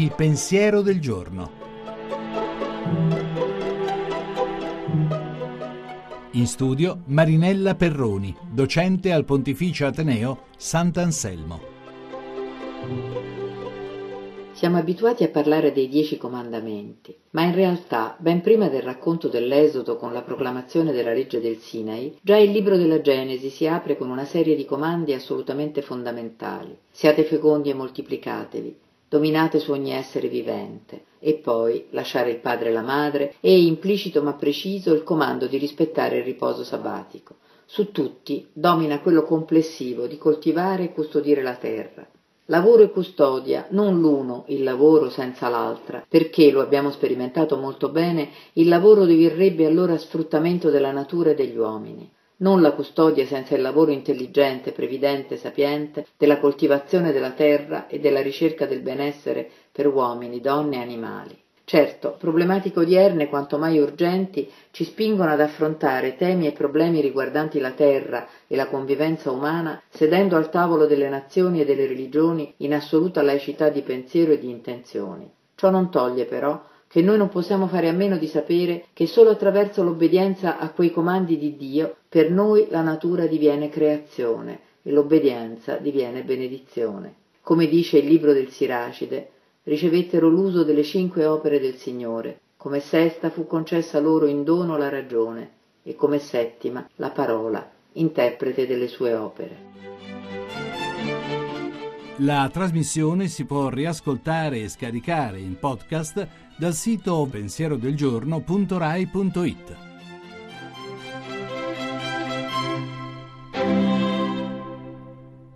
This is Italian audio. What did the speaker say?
Il pensiero del giorno. In studio Marinella Perroni, docente al Pontificio Ateneo Sant'Anselmo. Siamo abituati a parlare dei 10 comandamenti, ma in realtà, ben prima del racconto dell'Esodo con la proclamazione della legge del Sinai, già il libro della Genesi si apre con una serie di comandi assolutamente fondamentali. Siate fecondi e moltiplicatevi, dominate su ogni essere vivente, e poi lasciare il padre e la madre, e implicito ma preciso il comando di rispettare il riposo sabbatico. Su tutti domina quello complessivo di coltivare e custodire la terra. Lavoro e custodia, non l'uno il lavoro senza l'altra, perché, lo abbiamo sperimentato molto bene, il lavoro diverrebbe allora sfruttamento della natura e degli uomini. Non la custodia senza il lavoro intelligente, previdente, sapiente, della coltivazione della terra e della ricerca del benessere per uomini, donne e animali. Certo, problematiche odierne quanto mai urgenti ci spingono ad affrontare temi e problemi riguardanti la terra e la convivenza umana sedendo al tavolo delle nazioni e delle religioni in assoluta laicità di pensiero e di intenzioni. Ciò non toglie però che noi non possiamo fare a meno di sapere che solo attraverso l'obbedienza a quei comandi di Dio per noi la natura diviene creazione e l'obbedienza diviene benedizione. Come dice il libro del Siracide, ricevettero l'uso delle 5 opere del Signore, come sesta fu concessa loro in dono la ragione e come settima la parola, interprete delle sue opere. La trasmissione si può riascoltare e scaricare in podcast dal sito pensierodelgiorno.rai.it.